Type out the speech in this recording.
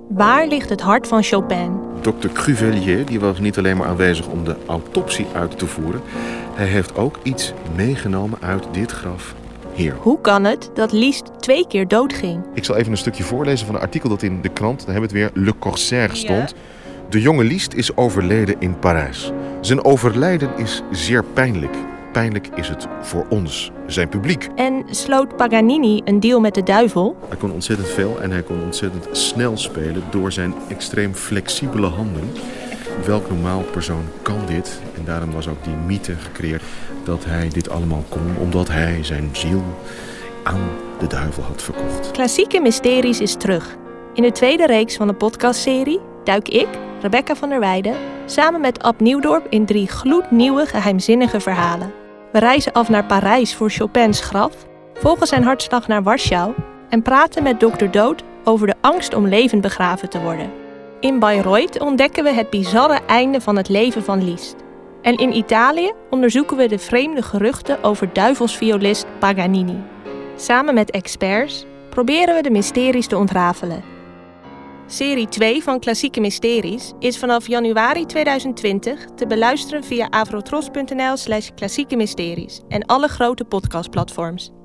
Waar ligt het hart van Chopin? Dr. Cuvelier die was niet alleen maar aanwezig om de autopsie uit te voeren. Hij heeft ook iets meegenomen uit dit graf hier. Hoe kan het dat Liszt 2 keer doodging? Ik zal even een stukje voorlezen van een artikel dat in de krant, daar hebben we het weer, Le Corsaire stond. Ja. De jonge Liszt is overleden in Parijs. Zijn overlijden is zeer pijnlijk. Pijnlijk is het voor ons, zijn publiek. En sloot Paganini een deal met de duivel? Hij kon ontzettend veel en hij kon ontzettend snel spelen door zijn extreem flexibele handen. Welk normaal persoon kan dit? En daarom was ook die mythe gecreëerd dat hij dit allemaal kon, omdat hij zijn ziel aan de duivel had verkocht. Klassieke Mysteries is terug. In de tweede reeks van de podcastserie duik ik, Rebecca van der Weijden, samen met Ab Nieuwdorp in 3 gloednieuwe geheimzinnige verhalen. We reizen af naar Parijs voor Chopins graf, volgen zijn hartslag naar Warschau en praten met Dr. Dood over de angst om levend begraven te worden. In Bayreuth ontdekken we het bizarre einde van het leven van Liszt. En in Italië onderzoeken we de vreemde geruchten over duivelsviolist Paganini. Samen met experts proberen we de mysteries te ontrafelen. Serie 2 van Klassieke Mysteries is vanaf januari 2020 te beluisteren via avrotros.nl/klassiekemysteries en alle grote podcastplatforms.